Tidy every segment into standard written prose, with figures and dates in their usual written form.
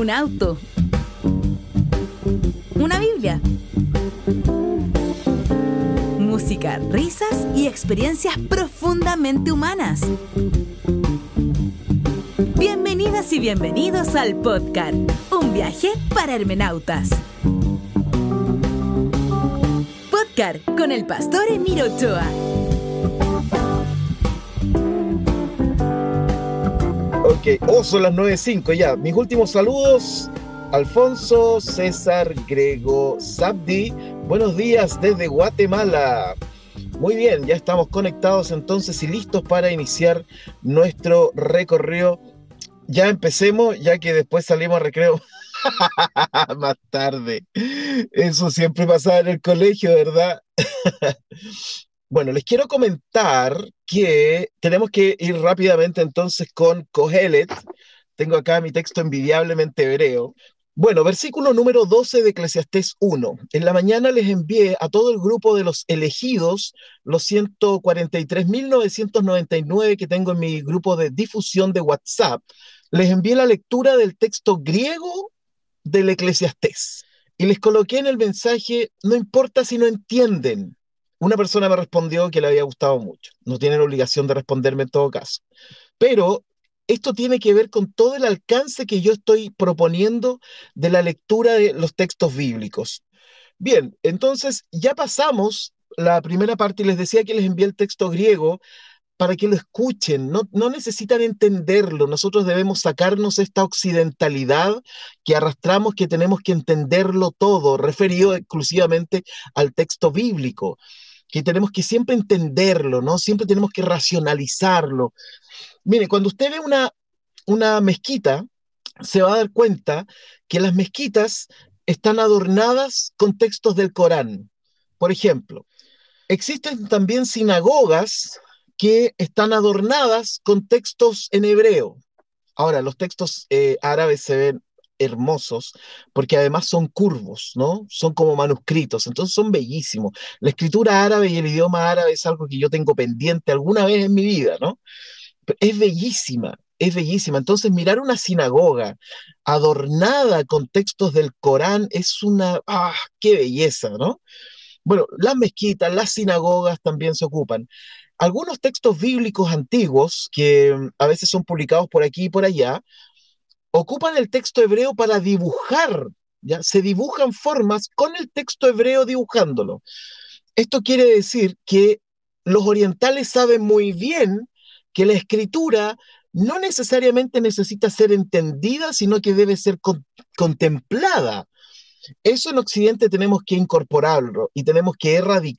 un auto, una Biblia, música, risas y experiencias profundamente humanas. Bienvenidas y bienvenidos al podcast Un viaje para hermenautas. Podcast con el pastor Emiro Ochoa. Ok, son las 9:05 ya. Mis últimos saludos, Alfonso, César, Grego, Sabdi. Buenos días desde Guatemala. Muy bien, ya estamos conectados entonces y listos para iniciar nuestro recorrido. Ya empecemos, ya que después salimos a recreo más tarde. Eso siempre pasaba en el colegio, ¿verdad? Bueno, les quiero comentar que tenemos que ir rápidamente entonces con Cogelet. Tengo acá mi texto envidiablemente hebreo. Bueno, versículo número 12 de Eclesiastés 1. En la mañana les envié a todo el grupo de los elegidos, los 143.999 que tengo en mi grupo de difusión de WhatsApp, les envié la lectura del texto griego del Eclesiastés. Y les coloqué en el mensaje, no importa si no entienden. Una persona me respondió que le había gustado mucho. No tiene la obligación de responderme en todo caso. Pero esto tiene que ver con todo el alcance que yo estoy proponiendo de la lectura de los textos bíblicos. Bien, entonces ya pasamos la primera parte y les decía que les envié el texto griego para que lo escuchen. No necesitan entenderlo. Nosotros debemos sacarnos esta occidentalidad que arrastramos, que tenemos que entenderlo todo, referido exclusivamente al texto bíblico, que tenemos que siempre entenderlo, ¿no? Siempre tenemos que racionalizarlo. Mire, cuando usted ve una mezquita, se va a dar cuenta que las mezquitas están adornadas con textos del Corán. Por ejemplo, existen también sinagogas que están adornadas con textos en hebreo. Ahora, los textos árabes se ven hermosos porque además son curvos, ¿no? Son como manuscritos, entonces son bellísimos. La escritura árabe y el idioma árabe es algo que yo tengo pendiente alguna vez en mi vida, ¿no? Es bellísima, es bellísima. Entonces, mirar una sinagoga adornada con textos del Corán es qué belleza, ¿no? Bueno, las mezquitas, las sinagogas también se ocupan. Algunos textos bíblicos antiguos, que a veces son publicados por aquí y por allá, ocupan el texto hebreo para dibujar, ¿ya? Se dibujan formas con el texto hebreo dibujándolo. Esto quiere decir que los orientales saben muy bien que la escritura no necesariamente necesita ser entendida, sino que debe ser contemplada. Eso en Occidente tenemos que incorporarlo y tenemos que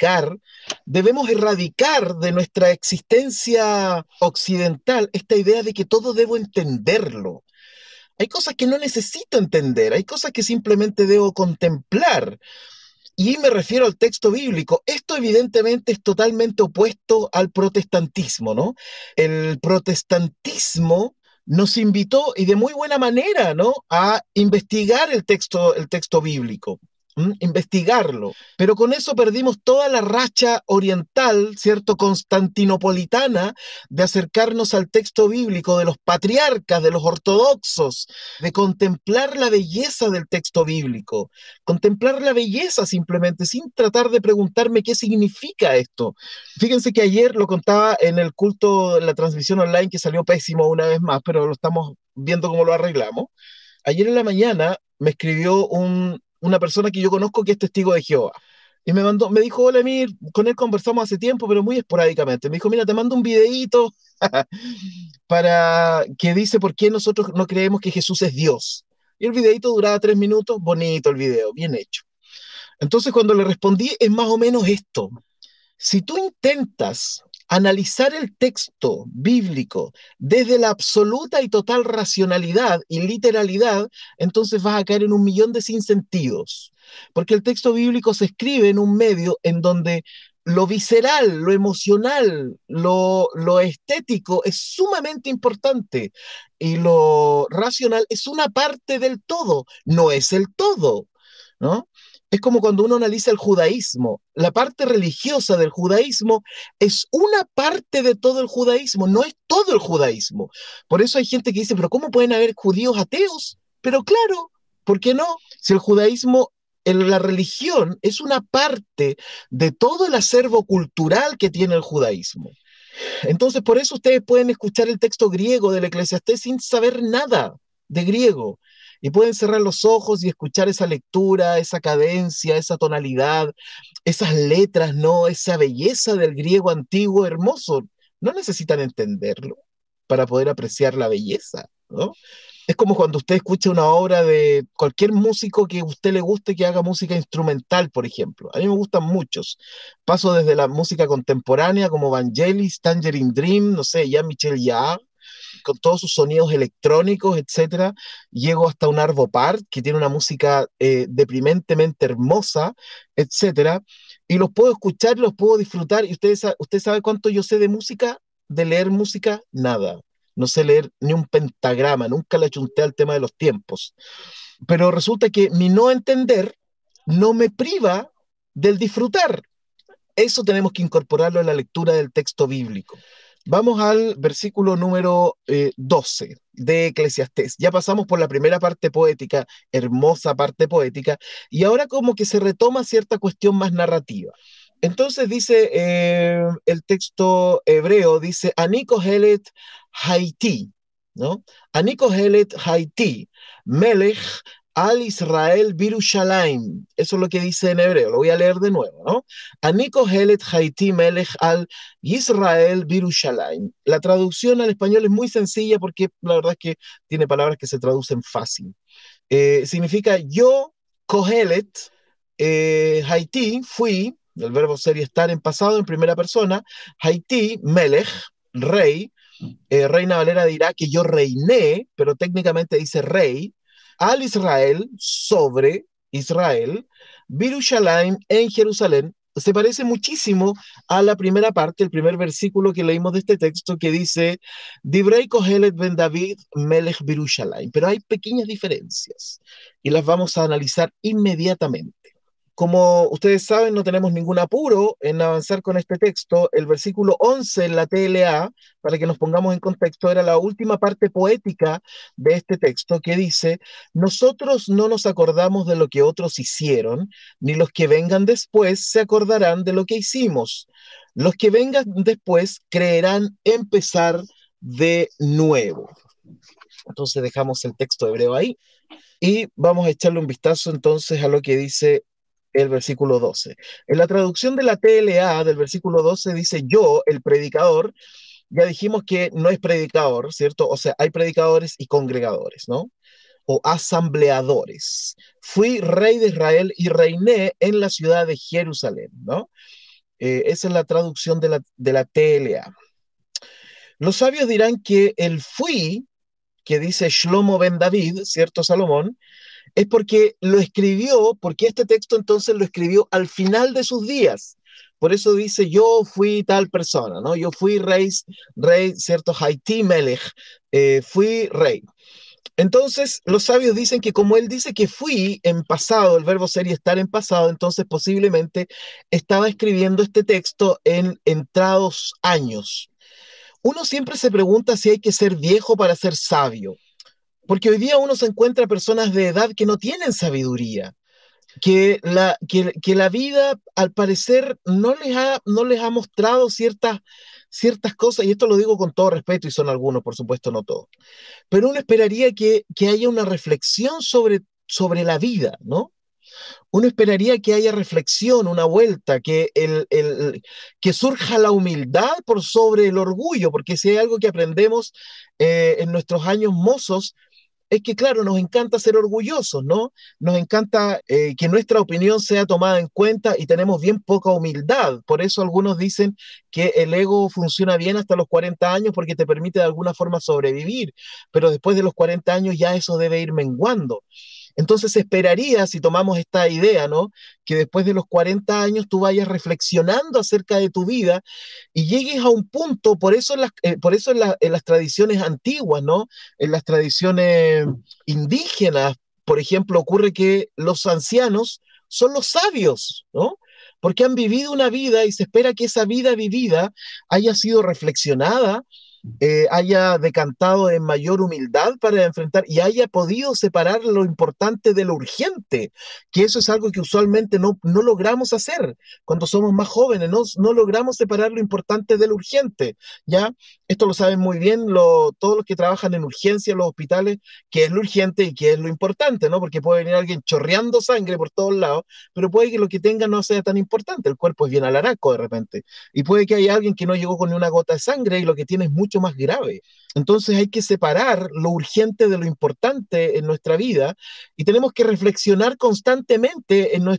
debemos erradicar de nuestra existencia occidental esta idea de que todo debo entenderlo. Hay cosas que no necesito entender, hay cosas que simplemente debo contemplar. Y me refiero al texto bíblico. Esto evidentemente es totalmente opuesto al protestantismo, ¿no? El protestantismo nos invitó, y de muy buena manera, ¿no?, a investigar el texto bíblico, investigarlo. Pero con eso perdimos toda la racha oriental, ¿cierto?, constantinopolitana, de acercarnos al texto bíblico, de los patriarcas, de los ortodoxos, de contemplar la belleza del texto bíblico, contemplar la belleza simplemente, sin tratar de preguntarme qué significa esto. Fíjense que ayer lo contaba en el culto, en la transmisión online, que salió pésimo una vez más, pero lo estamos viendo cómo lo arreglamos. Ayer en la mañana me escribió una persona que yo conozco que es testigo de Jehová. Y me dijo, hola Emir, con él conversamos hace tiempo, pero muy esporádicamente. Me dijo, mira, te mando un videíto para que dice por qué nosotros no creemos que Jesús es Dios. Y el videíto duraba 3 minutos, bonito el video, bien hecho. Entonces cuando le respondí es más o menos esto. Si tú intentas analizar el texto bíblico desde la absoluta y total racionalidad y literalidad, entonces vas a caer en un millón de sinsentidos. Porque el texto bíblico se escribe en un medio en donde lo visceral, lo emocional, lo estético es sumamente importante y lo racional es una parte del todo, no es el todo, ¿no? Es como cuando uno analiza el judaísmo. La parte religiosa del judaísmo es una parte de todo el judaísmo, no es todo el judaísmo. Por eso hay gente que dice, pero ¿cómo pueden haber judíos ateos? Pero claro, ¿por qué no? Si el judaísmo, la religión, es una parte de todo el acervo cultural que tiene el judaísmo. Entonces, por eso ustedes pueden escuchar el texto griego del Eclesiastés sin saber nada de griego. Y pueden cerrar los ojos y escuchar esa lectura, esa cadencia, esa tonalidad, esas letras, ¿no? Esa belleza del griego antiguo hermoso. No necesitan entenderlo para poder apreciar la belleza, ¿no? Es como cuando usted escucha una obra de cualquier músico que a usted le guste que haga música instrumental, por ejemplo. A mí me gustan muchos. Paso desde la música contemporánea como Vangelis, Tangerine Dream, no sé, Jean-Michel Jarre, con todos sus sonidos electrónicos, etcétera. Llego hasta un Arvo Part, que tiene una música deprimentemente hermosa, etcétera. Y los puedo escuchar, los puedo disfrutar. ¿Y usted sabe cuánto yo sé de música? De leer música, nada. No sé leer ni un pentagrama, nunca le achunté al tema de los tiempos. Pero resulta que mi no entender no me priva del disfrutar. Eso tenemos que incorporarlo en la lectura del texto bíblico. Vamos al versículo número 12 de Eclesiastés. Ya pasamos por la primera parte poética, hermosa parte poética, y ahora como que se retoma cierta cuestión más narrativa. Entonces dice el texto hebreo, dice, Aniko Helet Haiti, ¿no? Aniko Helet Haiti, Melech al Israel Birushalayim. Eso es lo que dice en hebreo, lo voy a leer de nuevo, ¿no? Aniko Helet Haiti Melech al Israel Birushalayim. La traducción al español es muy sencilla porque la verdad es que tiene palabras que se traducen fácil. Significa yo, Kohelet, Haití, fui, el verbo ser y estar en pasado, en primera persona, Haití, Melech, rey, Reina Valera dirá que yo reiné, pero técnicamente dice rey, al Israel, sobre Israel, Birushalayim, en Jerusalén. Se parece muchísimo a la primera parte, el primer versículo que leímos de este texto que dice Divrei Kohelet ben David Melech Birushalayim, pero hay pequeñas diferencias y las vamos a analizar inmediatamente. Como ustedes saben, no tenemos ningún apuro en avanzar con este texto. El versículo 11 en la TLA, para que nos pongamos en contexto, era la última parte poética de este texto que dice, nosotros no nos acordamos de lo que otros hicieron, ni los que vengan después se acordarán de lo que hicimos. Los que vengan después creerán empezar de nuevo. Entonces dejamos el texto hebreo ahí y vamos a echarle un vistazo entonces a lo que dice el versículo 12. En la traducción de la TLA del versículo 12 dice yo, el predicador, ya dijimos que no es predicador, ¿cierto? O sea, hay predicadores y congregadores, ¿no? O asambleadores. Fui rey de Israel y reiné en la ciudad de Jerusalén, ¿no? Esa es la traducción de la TLA. Los sabios dirán que el fui, que dice Shlomo ben David, ¿cierto, Salomón? Es porque lo escribió, porque este texto entonces lo escribió al final de sus días. Por eso dice, yo fui tal persona, ¿no? Yo fui rey, ¿cierto? Haití Melech, fui rey. Entonces, los sabios dicen que como él dice que fui en pasado, el verbo ser y estar en pasado, entonces posiblemente estaba escribiendo este texto en entrados años. Uno siempre se pregunta si hay que ser viejo para ser sabio. Porque hoy día uno se encuentra personas de edad que no tienen sabiduría, que la vida al parecer no les ha mostrado ciertas cosas, y esto lo digo con todo respeto y son algunos, por supuesto, no todos, pero uno esperaría que haya una reflexión sobre la vida, ¿no? Uno esperaría que haya reflexión, una vuelta, que surja la humildad por sobre el orgullo, porque si hay algo que aprendemos en nuestros años mozos, es que, claro, nos encanta ser orgullosos, ¿no? Nos encanta que nuestra opinión sea tomada en cuenta y tenemos bien poca humildad. Por eso algunos dicen que el ego funciona bien hasta los 40 años porque te permite de alguna forma sobrevivir, pero después de los 40 años ya eso debe ir menguando. Entonces esperaría, si tomamos esta idea, ¿no? Que después de los 40 años tú vayas reflexionando acerca de tu vida y llegues a un punto, por eso en las tradiciones antiguas, ¿no? En las tradiciones indígenas, por ejemplo, ocurre que los ancianos son los sabios, ¿no? Porque han vivido una vida y se espera que esa vida vivida haya sido reflexionada haya decantado en mayor humildad para enfrentar y haya podido separar lo importante de lo urgente, que eso es algo que usualmente no logramos hacer cuando somos más jóvenes, no logramos separar lo importante de lo urgente, ¿ya? Esto lo saben muy bien todos los que trabajan en urgencia en los hospitales, qué es lo urgente y qué es lo importante, ¿no? Porque puede venir alguien chorreando sangre por todos lados, pero puede que lo que tenga no sea tan importante, el cuerpo es bien alaraco de repente, y puede que haya alguien que no llegó con ni una gota de sangre y lo que tiene es mucho más grave. Entonces hay que separar lo urgente de lo importante en nuestra vida y tenemos que reflexionar constantemente en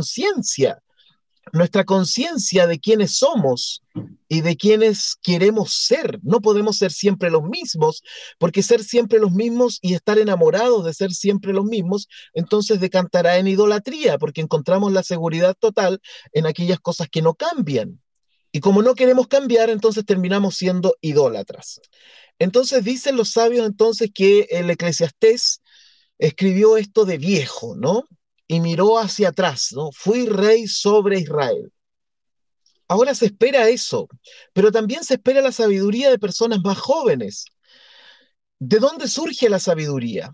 nuestra conciencia de quiénes somos y de quiénes queremos ser. No podemos ser siempre los mismos, porque ser siempre los mismos y estar enamorados de ser siempre los mismos, entonces decantará en idolatría, porque encontramos la seguridad total en aquellas cosas que no cambian. Y como no queremos cambiar, entonces terminamos siendo idólatras. Entonces dicen los sabios entonces que el Eclesiastés escribió esto de viejo, ¿no? Y miró hacia atrás, ¿no? Fui rey sobre Israel. Ahora se espera eso, pero también se espera la sabiduría de personas más jóvenes. ¿De dónde surge la sabiduría?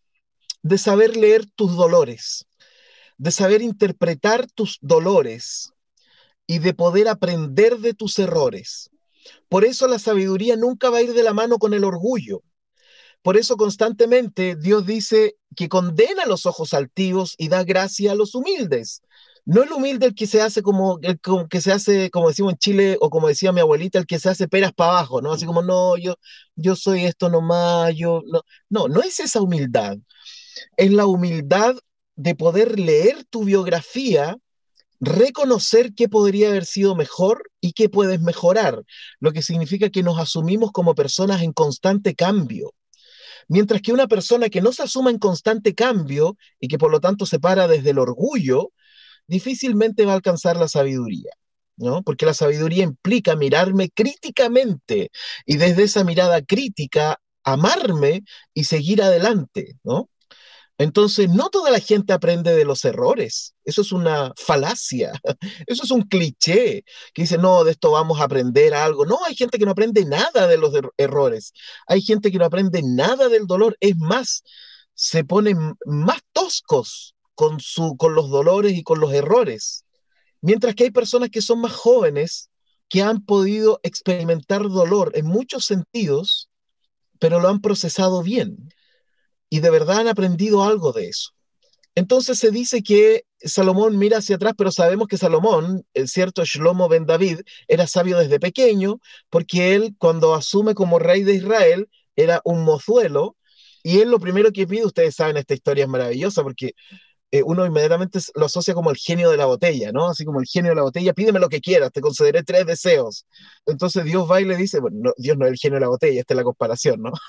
De saber leer tus dolores, de saber interpretar tus dolores y de poder aprender de tus errores. Por eso la sabiduría nunca va a ir de la mano con el orgullo. Por eso constantemente Dios dice que condena los ojos altivos y da gracia a los humildes. No el humilde el que se hace que se hace, como decimos en Chile, o como decía mi abuelita, el que se hace peras para abajo, ¿no? Así como, no, yo soy esto nomás, no es esa humildad. Es la humildad de poder leer tu biografía, reconocer qué podría haber sido mejor y qué puedes mejorar, lo que significa que nos asumimos como personas en constante cambio. Mientras que una persona que no se asuma en constante cambio y que por lo tanto se para desde el orgullo, difícilmente va a alcanzar la sabiduría, ¿no? Porque la sabiduría implica mirarme críticamente y desde esa mirada crítica amarme y seguir adelante, ¿no? Entonces, no toda la gente aprende de los errores. Eso es una falacia. Eso es un cliché que dice, no, de esto vamos a aprender algo. No, hay gente que no aprende nada de los errores. Hay gente que no aprende nada del dolor. Es más, se ponen más toscos con los dolores y con los errores. Mientras que hay personas que son más jóvenes que han podido experimentar dolor en muchos sentidos, pero lo han procesado bien y de verdad han aprendido algo de eso. Entonces se dice que Salomón mira hacia atrás, pero sabemos que Salomón, el cierto Shlomo ben David, era sabio desde pequeño, porque él cuando asume como rey de Israel era un mozuelo, y él lo primero que pide, ustedes saben, esta historia es maravillosa, porque uno inmediatamente lo asocia como el genio de la botella, ¿no? Así como el genio de la botella, pídeme lo que quieras, te concederé 3 deseos. Entonces Dios va y le dice, bueno, no, Dios no es el genio de la botella, esta es la comparación, ¿no?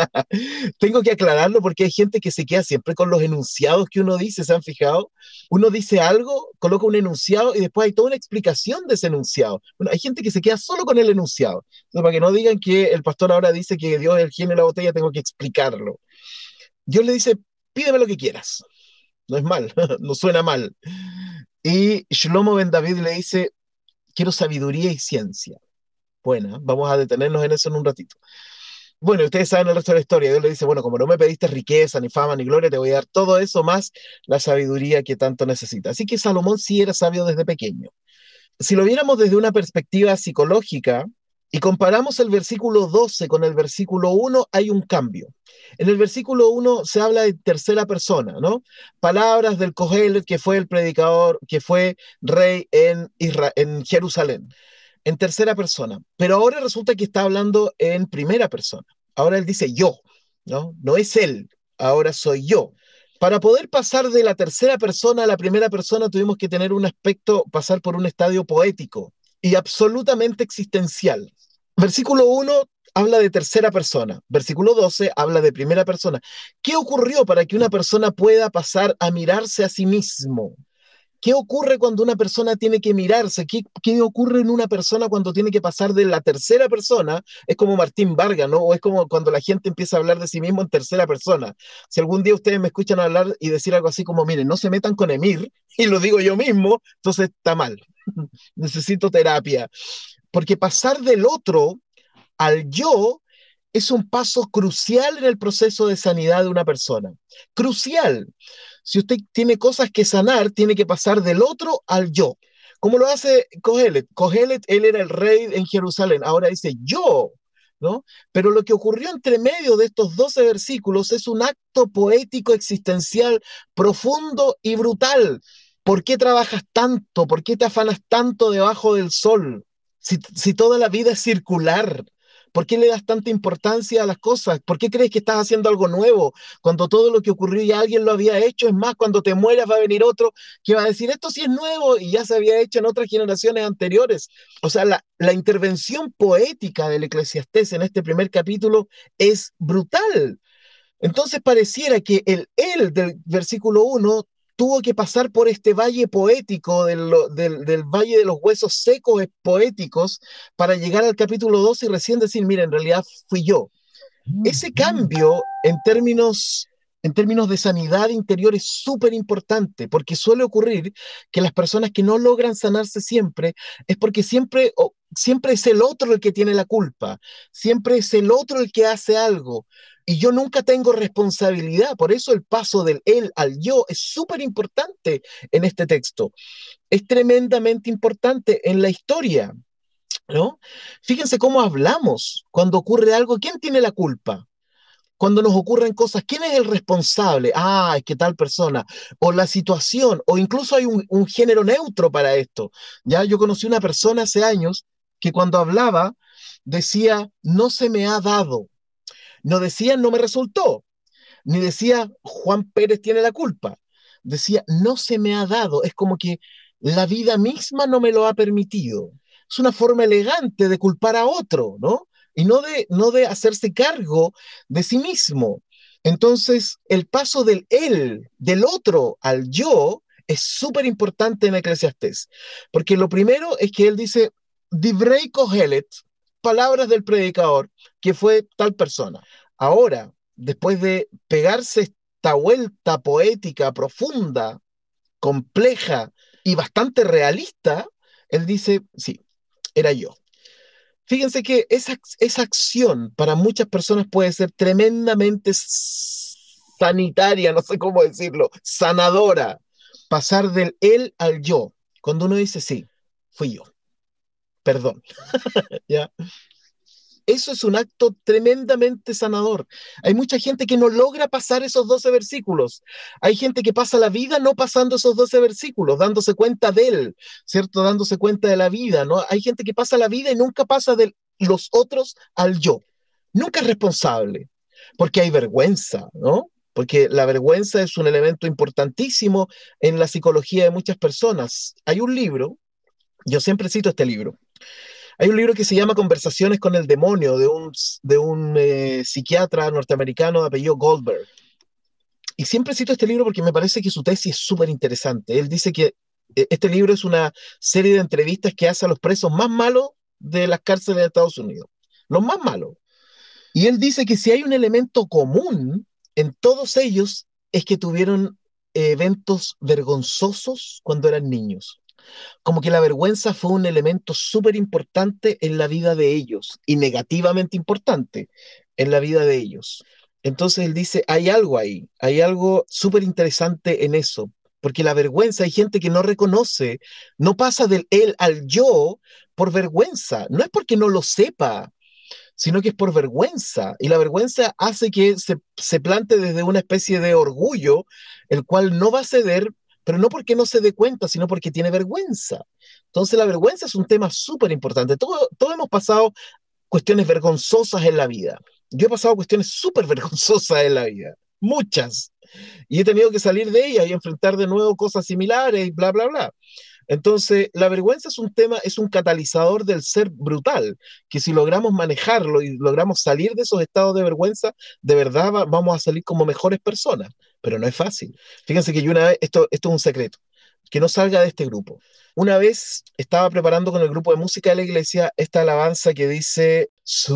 Tengo que aclararlo porque hay gente que se queda siempre con los enunciados que uno dice, ¿se han fijado? Uno dice algo, coloca un enunciado y después hay toda una explicación de ese enunciado. Bueno, hay gente que se queda solo con el enunciado. Entonces, para que no digan que el pastor ahora dice que Dios es el genio de la botella, tengo que explicarlo. Dios le dice, pídeme lo que quieras. No es mal, no suena mal. Y Shlomo ben David le dice, quiero sabiduría y ciencia. Bueno, vamos a detenernos en eso en un ratito. Bueno, ustedes saben el resto de la historia. Dios le dice, bueno, como no me pediste riqueza, ni fama, ni gloria, te voy a dar todo eso más la sabiduría que tanto necesitas. Así que Salomón sí era sabio desde pequeño. Si lo viéramos desde una perspectiva psicológica y comparamos el versículo 12 con el versículo 1, hay un cambio. En el versículo 1 se habla de tercera persona, ¿no? Palabras del Kohelet, que fue el predicador, que fue rey en Jerusalén, en tercera persona, pero ahora resulta que está hablando en primera persona. Ahora él dice yo, ¿no? No es él, ahora soy yo. Para poder pasar de la tercera persona a la primera persona tuvimos que tener un aspecto, pasar por un estadio poético y absolutamente existencial. Versículo 1 habla de tercera persona, versículo 12 habla de primera persona. ¿Qué ocurrió para que una persona pueda pasar a mirarse a sí mismo? ¿Qué ocurre cuando una persona tiene que mirarse? ¿Qué ocurre en una persona cuando tiene que pasar de la tercera persona? Es como Martín Vargas, ¿no? O es como cuando la gente empieza a hablar de sí mismo en tercera persona. Si algún día ustedes me escuchan hablar y decir algo así como, miren, no se metan con Emir, y lo digo yo mismo, entonces está mal. Necesito terapia. Porque pasar del otro al yo es un paso crucial en el proceso de sanidad de una persona. Crucial. Si usted tiene cosas que sanar, tiene que pasar del otro al yo. ¿Cómo lo hace Kohelet? Kohelet, él era el rey en Jerusalén, ahora dice yo, ¿no? Pero lo que ocurrió entre medio de estos 12 versículos es un acto poético existencial profundo y brutal. ¿Por qué trabajas tanto? ¿Por qué te afanas tanto debajo del sol? Si toda la vida es circular, ¿por qué le das tanta importancia a las cosas? ¿Por qué crees que estás haciendo algo nuevo cuando todo lo que ocurrió ya alguien lo había hecho? Es más, cuando te mueras va a venir otro que va a decir, esto sí es nuevo y ya se había hecho en otras generaciones anteriores. O sea, la intervención poética del Eclesiastés en este primer capítulo es brutal. Entonces pareciera que el él del versículo 1 tuvo que pasar por este valle poético del valle de los huesos secos poéticos para llegar al capítulo 2 y recién decir, mira, en realidad fui yo. Ese cambio en términos de sanidad interior es súper importante porque suele ocurrir que las personas que no logran sanarse siempre es porque siempre es el otro el que tiene la culpa, siempre es el otro el que hace algo. Y yo nunca tengo responsabilidad, por eso el paso del él al yo es súper importante en este texto. Es tremendamente importante en la historia, ¿no? Fíjense cómo hablamos cuando ocurre algo. ¿Quién tiene la culpa? Cuando nos ocurren cosas, ¿quién es el responsable? Ah, es que tal persona, o la situación, o incluso hay un género neutro para esto. Ya yo conocí una persona hace años que cuando hablaba decía, no se me ha dado, no decía, no me resultó, ni decía, Juan Pérez tiene la culpa, decía, no se me ha dado, es como que la vida misma no me lo ha permitido. Es una forma elegante de culpar a otro, ¿no? Y no de hacerse cargo de sí mismo. Entonces, el paso del él, del otro al yo, es súper importante en Eclesiastés, porque lo primero es que él dice, Divrei Kohelet, palabras del predicador, que fue tal persona. Ahora, después de pegarse esta vuelta poética profunda, compleja y bastante realista, él dice, sí, era yo. Fíjense que esa acción para muchas personas puede ser tremendamente sanitaria, no sé cómo decirlo, sanadora, pasar del él al yo. Cuando uno dice, sí, fui yo, perdón, ¿ya? Eso es un acto tremendamente sanador. Hay mucha gente que no logra pasar esos 12 versículos. Hay gente que pasa la vida no pasando esos 12 versículos, dándose cuenta de él, ¿cierto? Dándose cuenta de la vida, ¿no? Hay gente que pasa la vida y nunca pasa de los otros al yo. Nunca es responsable, porque hay vergüenza, ¿no? Porque la vergüenza es un elemento importantísimo en la psicología de muchas personas. Hay un libro, yo siempre cito este libro, hay un libro que se llama Conversaciones con el demonio de un psiquiatra norteamericano de apellido Goldberg. Y siempre cito este libro porque me parece que su tesis es súper interesante. Él dice que este libro es una serie de entrevistas que hace a los presos más malos de las cárceles de Estados Unidos. Los más malos. Y él dice que si hay un elemento común en todos ellos es que tuvieron eventos vergonzosos cuando eran niños. Como que la vergüenza fue un elemento súper importante en la vida de ellos y negativamente importante en la vida de ellos. Entonces él dice, hay algo ahí, hay algo súper interesante en eso, porque la vergüenza, hay gente que no reconoce, no pasa del él al yo por vergüenza, no es porque no lo sepa, sino que es por vergüenza. Y la vergüenza hace que se plante desde una especie de orgullo, el cual no va a ceder, pero no porque no se dé cuenta, sino porque tiene vergüenza. Entonces la vergüenza es un tema súper importante. Todos hemos pasado cuestiones vergonzosas en la vida. Yo he pasado cuestiones súper vergonzosas en la vida, muchas. Y he tenido que salir de ellas y enfrentar de nuevo cosas similares y bla, bla, bla. Entonces, la vergüenza es un tema, es un catalizador del ser brutal, que si logramos manejarlo y logramos salir de esos estados de vergüenza, de verdad vamos a salir como mejores personas, pero no es fácil. Fíjense que yo una vez, esto es un secreto, que no salga de este grupo. Una vez estaba preparando con el grupo de música de la iglesia esta alabanza que dice,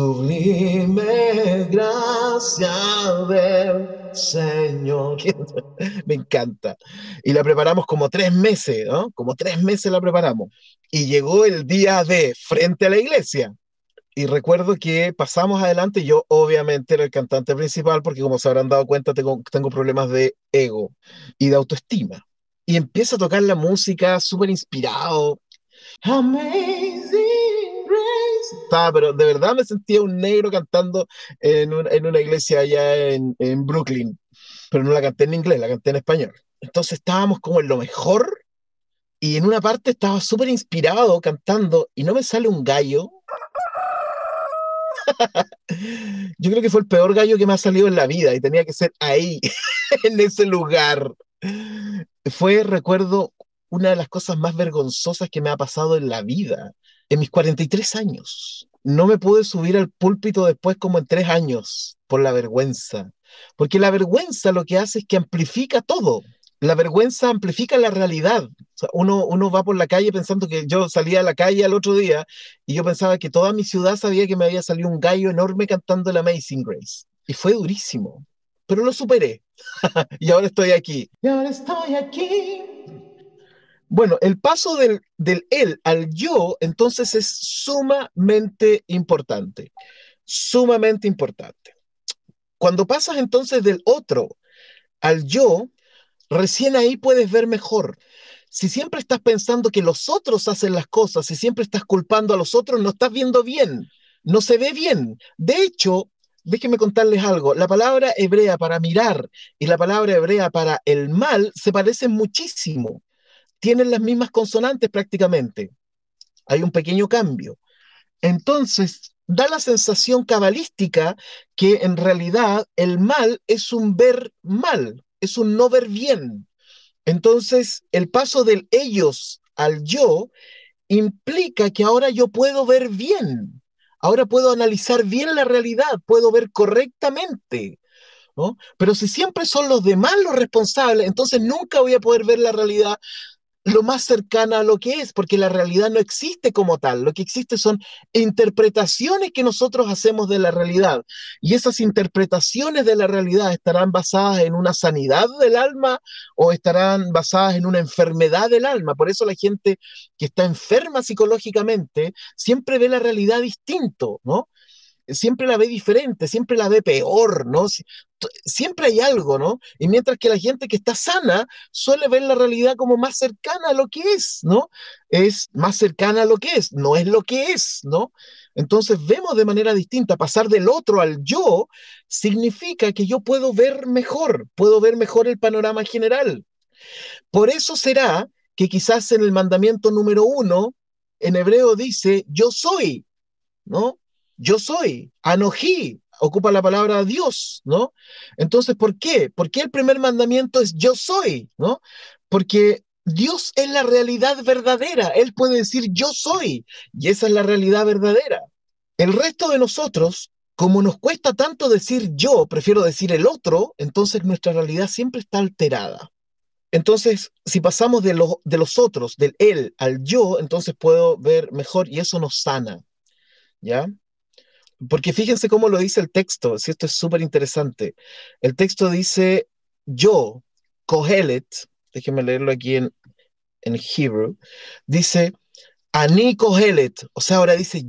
sublime gracia del Señor. Me encanta. Y la preparamos como 3 meses, ¿no? Como 3 meses la preparamos. Y llegó el día de frente a la iglesia. Y recuerdo que pasamos adelante, yo obviamente era el cantante principal porque como se habrán dado cuenta tengo problemas de ego y de autoestima. Y empiezo a tocar la música súper inspirado. Amazing Grace. Pero de verdad me sentía un negro cantando en una iglesia allá en Brooklyn, pero no la canté en inglés, la canté en español. Entonces estábamos como en lo mejor y en una parte estaba súper inspirado cantando y no me sale un gallo. Yo creo que fue el peor gallo que me ha salido en la vida y tenía que ser ahí, en ese lugar. Recuerdo, una de las cosas más vergonzosas que me ha pasado en la vida, en mis 43 años. No me pude subir al púlpito después como en 3 años por la vergüenza. Porque la vergüenza lo que hace es que amplifica todo. La vergüenza amplifica la realidad. O sea, uno va por la calle pensando que yo salía a la calle al otro día y yo pensaba que toda mi ciudad sabía que me había salido un gallo enorme cantando el Amazing Grace. Y fue durísimo, pero lo superé. Y ahora estoy aquí. Y ahora estoy aquí. Bueno, el paso del él al yo, entonces es sumamente importante. Sumamente importante. Cuando pasas entonces del otro al yo, recién ahí puedes ver mejor. Si siempre estás pensando que los otros hacen las cosas, si siempre estás culpando a los otros, no estás viendo bien, no se ve bien. De hecho, déjenme contarles algo, la palabra hebrea para mirar y la palabra hebrea para el mal se parecen muchísimo. Tienen las mismas consonantes prácticamente. Hay un pequeño cambio. Entonces, da la sensación cabalística que en realidad el mal es un ver mal, es un no ver bien. Entonces, el paso del ellos al yo implica que ahora yo puedo ver bien, ahora puedo analizar bien la realidad, puedo ver correctamente, ¿no? Pero si siempre son los demás los responsables, entonces nunca voy a poder ver la realidad lo más cercana a lo que es, porque la realidad no existe como tal, lo que existe son interpretaciones que nosotros hacemos de la realidad, y esas interpretaciones de la realidad estarán basadas en una sanidad del alma o estarán basadas en una enfermedad del alma. Por eso la gente que está enferma psicológicamente siempre ve la realidad distinto, ¿no? Siempre la ve diferente, siempre la ve peor, ¿no? Siempre hay algo, ¿no? Y mientras que la gente que está sana suele ver la realidad como más cercana a lo que es, ¿no? Es más cercana a lo que es, no es lo que es, ¿no? Entonces vemos de manera distinta. Pasar del otro al yo significa que yo puedo ver mejor el panorama general. Por eso será que quizás en el mandamiento número 1, en hebreo dice, yo soy, ¿no? Yo soy, Anojí, ocupa la palabra Dios, ¿no? Entonces, ¿por qué? ¿Por qué el primer mandamiento es yo soy, ¿no? Porque Dios es la realidad verdadera, Él puede decir yo soy, y esa es la realidad verdadera. El resto de nosotros, como nos cuesta tanto decir yo, prefiero decir el otro, entonces nuestra realidad siempre está alterada. Entonces, si pasamos de los otros, del él al yo, entonces puedo ver mejor y eso nos sana, ¿ya? Porque fíjense cómo lo dice el texto, si esto es súper interesante. El texto dice, yo, Kohelet, déjenme leerlo aquí en Hebrew, dice, Ani Kohelet, o sea, ahora dice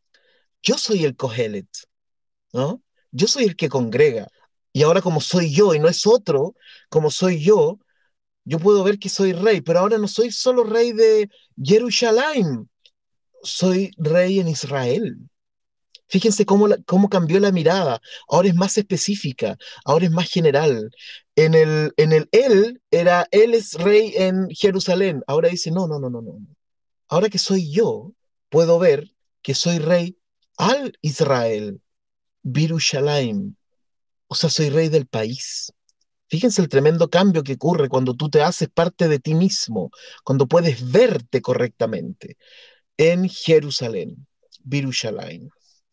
yo soy el Kohelet, ¿no? Yo soy el que congrega. Y ahora como soy yo y no es otro, como soy yo puedo ver que soy rey, pero ahora no soy solo rey de Jerusalén, soy rey en Israel. Fíjense cómo cambió la mirada. Ahora es más específica, ahora es más general. En el él es rey en Jerusalén. Ahora dice, no, no, no, no, no. Ahora que soy yo, puedo ver que soy rey al Israel, Birushalayim. O sea, soy rey del país. Fíjense el tremendo cambio que ocurre cuando tú te haces parte de ti mismo, cuando puedes verte correctamente en Jerusalén, Birushalayim.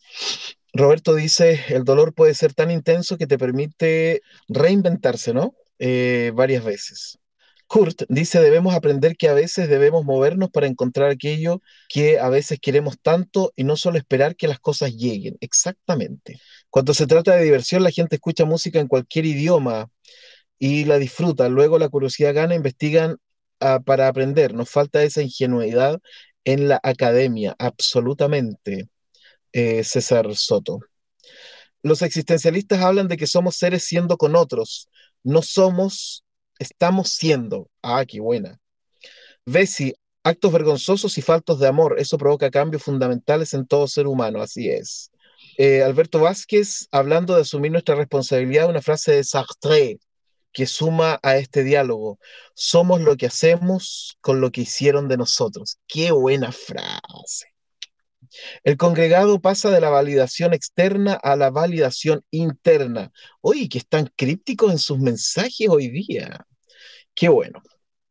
Roberto dice, el dolor puede ser tan intenso que te permite reinventarse, ¿no? Varias veces. Kurt dice, debemos aprender que a veces debemos movernos para encontrar aquello que a veces queremos tanto y no solo esperar que las cosas lleguen. Exactamente. Cuando se trata de diversión, la gente escucha música en cualquier idioma y la disfruta. Luego la curiosidad gana, investigan para aprender. Nos falta esa ingenuidad en la academia, absolutamente. César Soto. Los existencialistas hablan de que somos seres siendo con otros, no somos, estamos siendo. Ah, qué buena. Bessie, actos vergonzosos y faltos de amor, eso provoca cambios fundamentales en todo ser humano, así es. Alberto Vázquez, hablando de asumir nuestra responsabilidad, una frase de Sartre que suma a este diálogo. Somos lo que hacemos con lo que hicieron de nosotros. Qué buena frase. El congregado pasa de la validación externa a la validación interna. Oye, que están crípticos en sus mensajes hoy día. Qué bueno.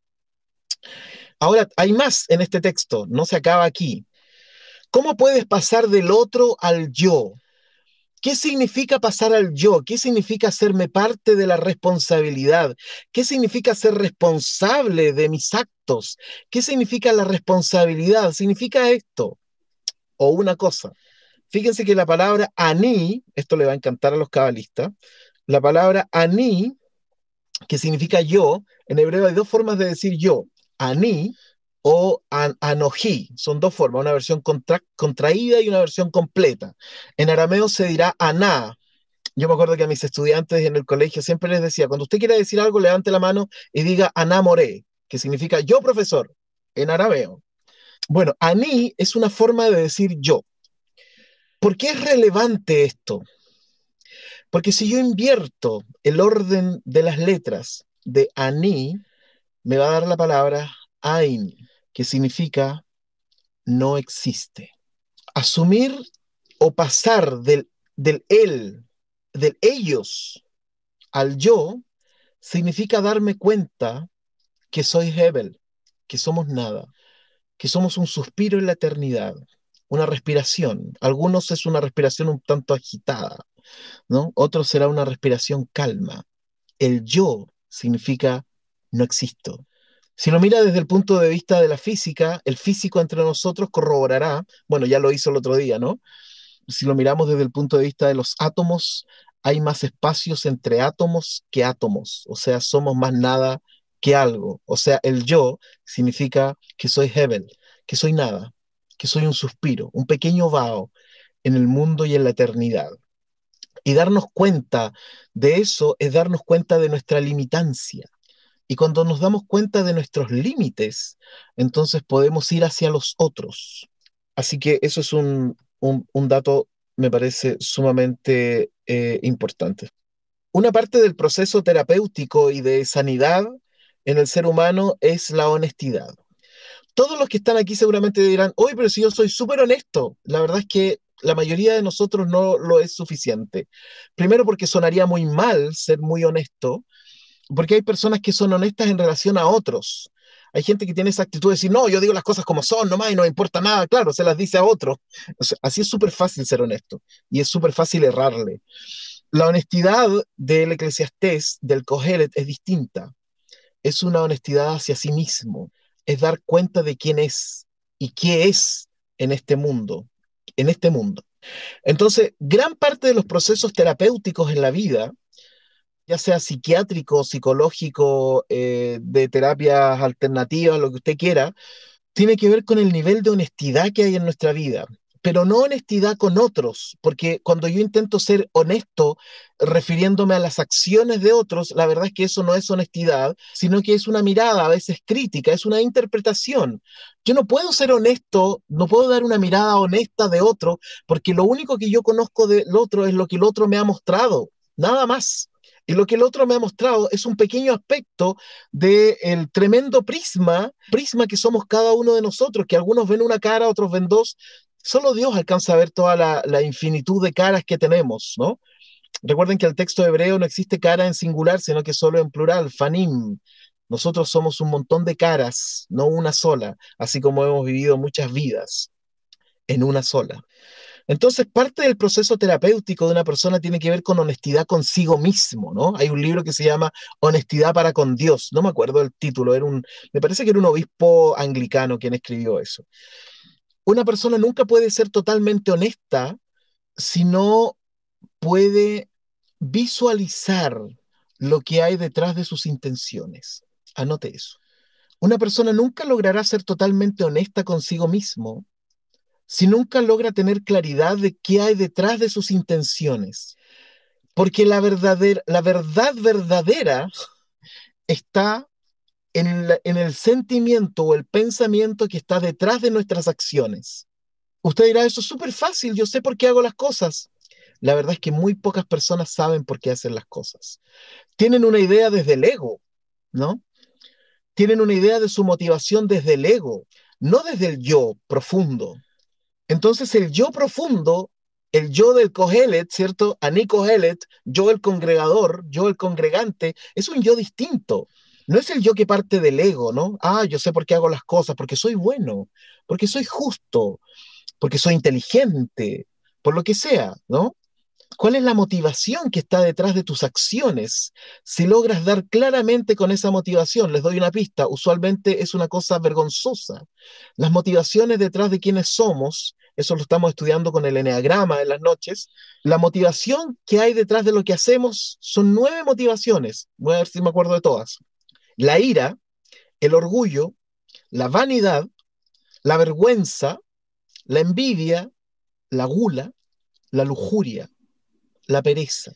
Ahora, hay más en este texto, no se acaba aquí. ¿Cómo puedes pasar del otro al yo? ¿Qué significa pasar al yo? ¿Qué significa hacerme parte de la responsabilidad? ¿Qué significa ser responsable de mis actos? ¿Qué significa la responsabilidad? Significa esto o una cosa. Fíjense que la palabra ani, esto le va a encantar a los cabalistas, la palabra ani, que significa yo, en hebreo hay dos formas de decir yo, ani o anoji, son dos formas, una versión contraída y una versión completa. En arameo se dirá aná. Yo me acuerdo que a mis estudiantes en el colegio siempre les decía, cuando usted quiera decir algo, levante la mano y diga aná moré, que significa yo profesor, en arameo. Bueno, ani es una forma de decir yo. ¿Por qué es relevante esto? Porque si yo invierto el orden de las letras de ani, me va a dar la palabra ain, que significa no existe. Asumir o pasar del él, del ellos al yo, significa darme cuenta que soy Hebel, que somos nada, que somos un suspiro en la eternidad, una respiración. Algunos es una respiración un tanto agitada, ¿no? Otros será una respiración calma. El yo significa no existo. Si lo mira desde el punto de vista de la física, el físico entre nosotros corroborará, bueno, ya lo hizo el otro día, ¿no? Si lo miramos desde el punto de vista de los átomos, hay más espacios entre átomos que átomos, o sea, somos más nada que algo. O sea, el yo significa que soy Hebel, que soy nada, que soy un suspiro, un pequeño vaho en el mundo y en la eternidad. Y darnos cuenta de eso es darnos cuenta de nuestra limitancia. Y cuando nos damos cuenta de nuestros límites, entonces podemos ir hacia los otros. Así que eso es un dato, me parece sumamente importante. Una parte del proceso terapéutico y de sanidad en el ser humano es la honestidad. Todos los que están aquí seguramente dirán, oye, pero si yo soy súper honesto, la verdad es que la mayoría de nosotros no lo es suficiente. Primero porque sonaría muy mal ser muy honesto, porque hay personas que son honestas en relación a otros. Hay gente que tiene esa actitud de decir, no, yo digo las cosas como son nomás y no me importa nada, claro, se las dice a otros. O sea, así es súper fácil ser honesto y es súper fácil errarle. La honestidad del Eclesiastés, del Cogelet, es distinta. Es una honestidad hacia sí mismo, es dar cuenta de quién es y qué es en este mundo, en este mundo. Entonces, gran parte de los procesos terapéuticos en la vida, ya sea psiquiátrico, psicológico, de terapias alternativas, lo que usted quiera, tiene que ver con el nivel de honestidad que hay en nuestra vida, pero no honestidad con otros, porque cuando yo intento ser honesto refiriéndome a las acciones de otros, la verdad es que eso no es honestidad, sino que es una mirada a veces crítica, es una interpretación. Yo no puedo ser honesto, no puedo dar una mirada honesta de otro, porque lo único que yo conozco del otro es lo que el otro me ha mostrado, nada más. Y lo que el otro me ha mostrado es un pequeño aspecto del tremendo prisma que somos cada uno de nosotros, que algunos ven una cara, otros ven dos. Solo Dios alcanza a ver toda la infinitud de caras que tenemos, ¿no? Recuerden que el texto hebreo no existe cara en singular, sino que solo en plural, fanim. Nosotros somos un montón de caras, no una sola, así como hemos vivido muchas vidas en una sola. Entonces, parte del proceso terapéutico de una persona tiene que ver con honestidad consigo mismo, ¿no? Hay un libro que se llama Honestidad para con Dios, no me acuerdo el título, me parece que era un obispo anglicano quien escribió eso. Una persona nunca puede ser totalmente honesta si no puede visualizar lo que hay detrás de sus intenciones. Anote eso. Una persona nunca logrará ser totalmente honesta consigo mismo si nunca logra tener claridad de qué hay detrás de sus intenciones. Porque la verdad verdadera está en el sentimiento o el pensamiento que está detrás de nuestras acciones. Usted dirá, eso es súper fácil, yo sé por qué hago las cosas. La verdad es que muy pocas personas saben por qué hacen las cosas. Tienen una idea desde el ego, ¿no? Tienen una idea de su motivación desde el ego, no desde el yo profundo. Entonces el yo profundo, el yo del Cogelet, ¿cierto? Aní Cogelet, yo el congregador, yo el congregante, es un yo distinto. No es el yo que parte del ego, ¿no? Ah, yo sé por qué hago las cosas, porque soy bueno, porque soy justo, porque soy inteligente, por lo que sea, ¿no? ¿Cuál es la motivación que está detrás de tus acciones? Si logras dar claramente con esa motivación, les doy una pista, usualmente es una cosa vergonzosa. Las motivaciones detrás de quienes somos, eso lo estamos estudiando con el eneagrama en las noches, la motivación que hay detrás de lo que hacemos son 9 motivaciones. Voy a ver si me acuerdo de todas. La ira, el orgullo, la vanidad, la vergüenza, la envidia, la gula, la lujuria, la pereza.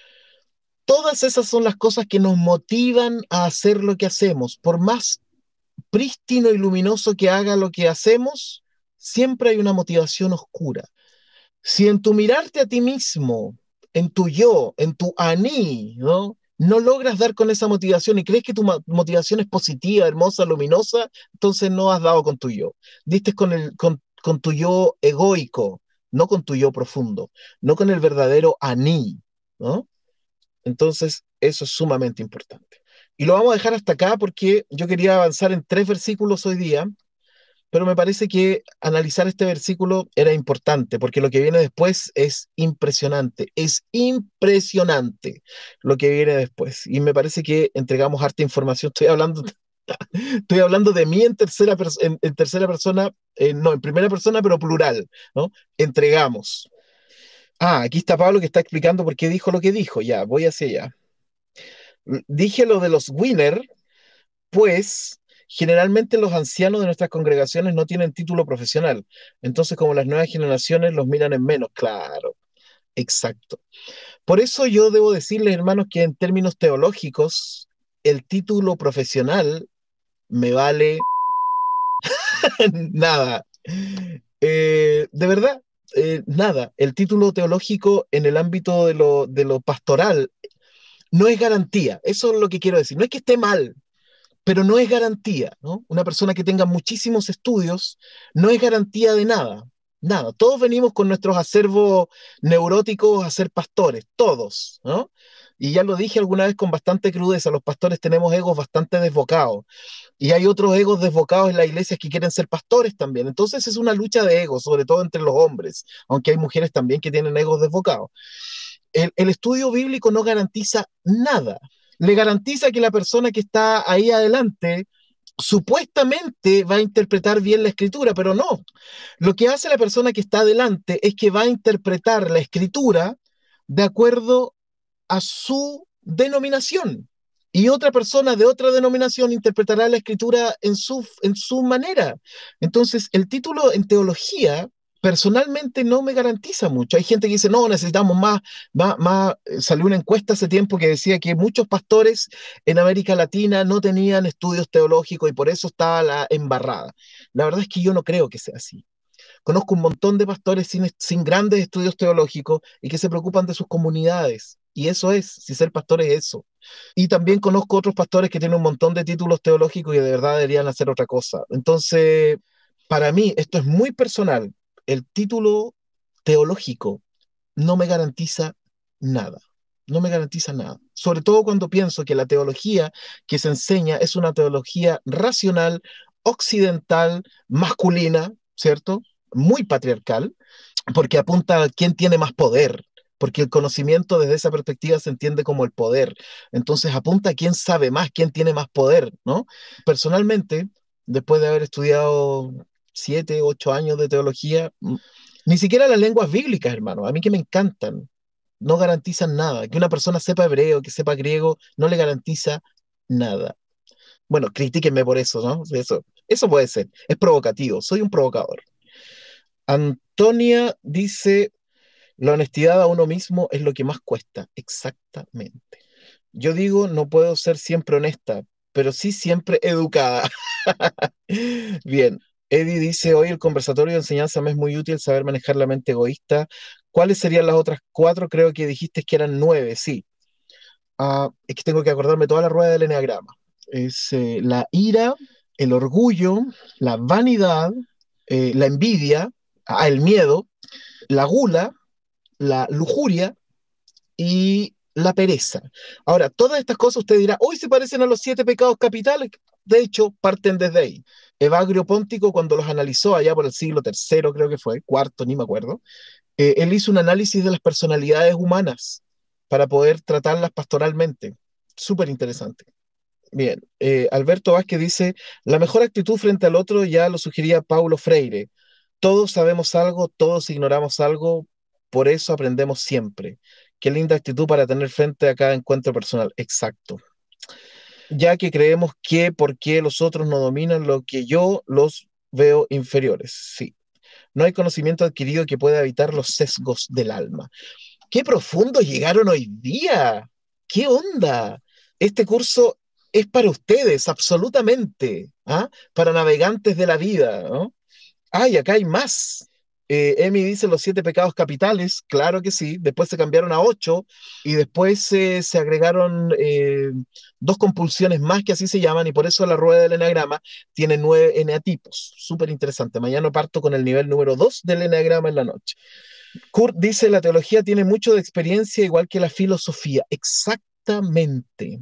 Todas esas son las cosas que nos motivan a hacer lo que hacemos. Por más prístino y luminoso que haga lo que hacemos, siempre hay una motivación oscura. Si en tu mirarte a ti mismo, en tu yo, en tu aní, ¿no? No logras dar con esa motivación y crees que tu motivación es positiva, hermosa, luminosa, entonces no has dado con tu yo. Diste con tu yo egoico, no con tu yo profundo, no con el verdadero aní, ¿no? Entonces, eso es sumamente importante. Y lo vamos a dejar hasta acá porque yo quería avanzar en 3 versículos hoy día, pero me parece que analizar este versículo era importante porque lo que viene después es impresionante lo que viene después. Y me parece que entregamos harta información. Estoy hablando de mí en tercera persona, no, en primera persona, pero plural, ¿no? Entregamos. Ah, aquí está Pablo que está explicando por qué dijo lo que dijo. Ya, voy hacia allá. Dije lo de los winner, pues generalmente los ancianos de nuestras congregaciones no tienen título profesional. Entonces, como las nuevas generaciones los miran en menos. Claro, exacto. Por eso yo debo decirles, hermanos, que en términos teológicos, el título profesional me vale nada. De verdad, nada. El título teológico en el ámbito de lo pastoral no es garantía. Eso es lo que quiero decir. No es que esté mal, pero no es garantía, ¿no? Una persona que tenga muchísimos estudios no es garantía de nada, nada. Todos venimos con nuestros acervos neuróticos a ser pastores, todos, ¿no? Y ya lo dije alguna vez con bastante crudeza, los pastores tenemos egos bastante desbocados y hay otros egos desbocados en las iglesias que quieren ser pastores también. Entonces es una lucha de egos, sobre todo entre los hombres, aunque hay mujeres también que tienen egos desbocados. El estudio bíblico no garantiza nada. Le garantiza que la persona que está ahí adelante supuestamente va a interpretar bien la escritura, pero no. Lo que hace la persona que está adelante es que va a interpretar la escritura de acuerdo a su denominación. Y otra persona de otra denominación interpretará la escritura en su manera. Entonces, el título en teología personalmente no me garantiza mucho. Hay gente que dice, no, necesitamos más. Salió una encuesta hace tiempo que decía que muchos pastores en América Latina no tenían estudios teológicos y por eso estaba la embarrada. La verdad es que yo no creo que sea así. Conozco un montón de pastores sin grandes estudios teológicos y que se preocupan de sus comunidades. Y eso es, si ser pastor es eso. Y también conozco otros pastores que tienen un montón de títulos teológicos y de verdad deberían hacer otra cosa. Entonces, para mí, esto es muy personal. El título teológico no me garantiza nada. No me garantiza nada. Sobre todo cuando pienso que la teología que se enseña es una teología racional, occidental, masculina, ¿cierto? Muy patriarcal, porque apunta a quién tiene más poder, porque el conocimiento desde esa perspectiva se entiende como el poder. Entonces apunta a quién sabe más, quién tiene más poder, ¿no? Personalmente, después de haber estudiado 7, 8 años de teología, ni siquiera las lenguas bíblicas, hermano, a mí que me encantan, no garantizan nada. Que una persona sepa hebreo, que sepa griego, no le garantiza nada. Bueno, critíquenme por eso, ¿no? Eso puede ser. Es provocativo, soy un provocador. Antonia dice, la honestidad a uno mismo es lo que más cuesta. Exactamente. Yo digo, no puedo ser siempre honesta, pero sí siempre educada. Bien. Eddie dice, hoy el conversatorio de enseñanza me es muy útil saber manejar la mente egoísta. ¿Cuáles serían las otras 4? Creo que dijiste que eran 9, sí. Es que tengo que acordarme toda la rueda del eneagrama. Es la ira, el orgullo, la vanidad, la envidia, el miedo, la gula, la lujuria y la pereza. Ahora, todas estas cosas usted dirá, hoy se parecen a los 7 pecados capitales. De hecho, parten desde ahí. Evagrio Póntico, cuando los analizó allá por el siglo III, creo que fue, cuarto, ni me acuerdo, él hizo un análisis de las personalidades humanas para poder tratarlas pastoralmente. Súper interesante. Bien, Alberto Vázquez dice, la mejor actitud frente al otro ya lo sugería Paulo Freire. Todos sabemos algo, todos ignoramos algo, por eso aprendemos siempre. Qué linda actitud para tener frente a cada encuentro personal. Exacto. Ya que creemos que porque los otros no dominan lo que yo los veo inferiores. Sí. No hay conocimiento adquirido que pueda evitar los sesgos del alma. ¡Qué profundo llegaron hoy día! ¿Qué onda? Este curso es para ustedes, absolutamente, ¿ah? Para navegantes de la vida, ¿no? ¡Ay, acá hay más! Emi dice los 7 pecados capitales, claro que sí, después se cambiaron a 8 y después se agregaron 2 compulsiones más que así se llaman y por eso la rueda del eneagrama tiene 9 eneatipos, súper interesante. Mañana parto con el nivel número 2 del eneagrama en la noche. Kurt dice, la teología tiene mucho de experiencia igual que la filosofía. Exactamente,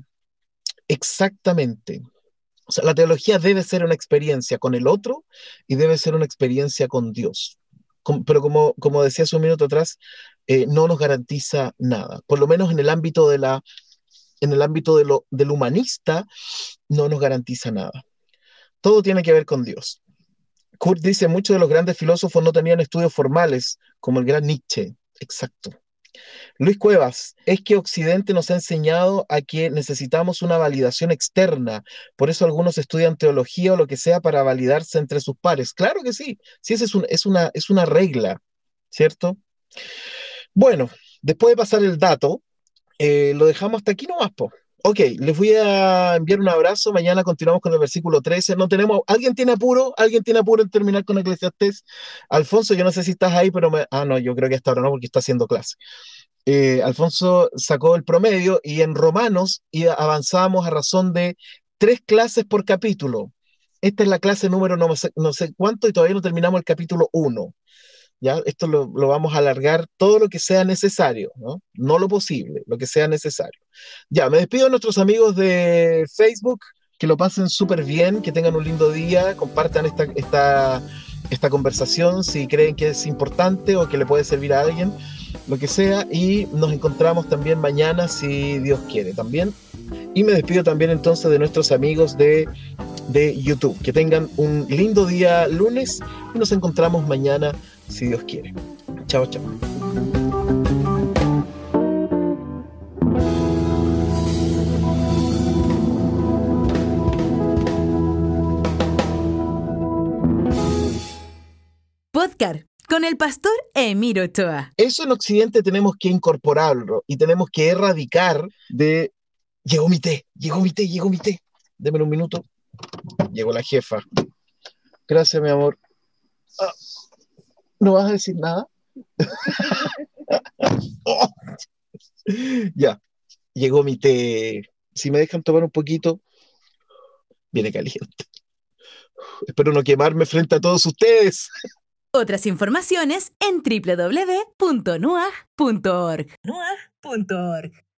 exactamente. O sea, la teología debe ser una experiencia con el otro y debe ser una experiencia con Dios. Pero como decía hace un minuto atrás, no nos garantiza nada. Por lo menos en el ámbito en el ámbito del humanista, no nos garantiza nada. Todo tiene que ver con Dios. Kurt dice, muchos de los grandes filósofos no tenían estudios formales, como el gran Nietzsche. Exacto. Luis Cuevas, es que Occidente nos ha enseñado a que necesitamos una validación externa, por eso algunos estudian teología o lo que sea para validarse entre sus pares. Claro que sí, sí, esa es una regla, ¿cierto? Bueno, después de pasar el dato, lo dejamos hasta aquí nomás, po. Ok, les voy a enviar un abrazo. Mañana continuamos con el versículo 13. No tenemos, ¿alguien tiene apuro? ¿Alguien tiene apuro en terminar con Eclesiastés? Alfonso, yo no sé si estás ahí, pero no, yo creo que hasta ahora no, porque está haciendo clase. Alfonso sacó el promedio y en Romanos avanzábamos a razón de 3 clases por capítulo. Esta es la clase número no sé cuánto y todavía no terminamos el capítulo 1. ¿Ya? Esto lo vamos a alargar todo lo que sea necesario, ¿no? No lo posible, lo que sea necesario. Ya, me despido de nuestros amigos de Facebook, que lo pasen súper bien, que tengan un lindo día, compartan esta conversación si creen que es importante o que le puede servir a alguien, lo que sea, y nos encontramos también mañana si Dios quiere también. Y me despido también entonces de nuestros amigos de YouTube. Que tengan un lindo día lunes y nos encontramos mañana si Dios quiere. Chao, chao. Podcast con el pastor Emiro Ochoa. Eso en Occidente tenemos que incorporarlo y tenemos que erradicar de... Llegó mi té, llegó mi té, llegó mi té. Deme un minuto. Llegó la jefa. Gracias, mi amor. ¿No vas a decir nada? Oh. Ya, llegó mi té. Si me dejan tomar un poquito, viene caliente. Espero no quemarme frente a todos ustedes. Otras informaciones en www.nuag.org.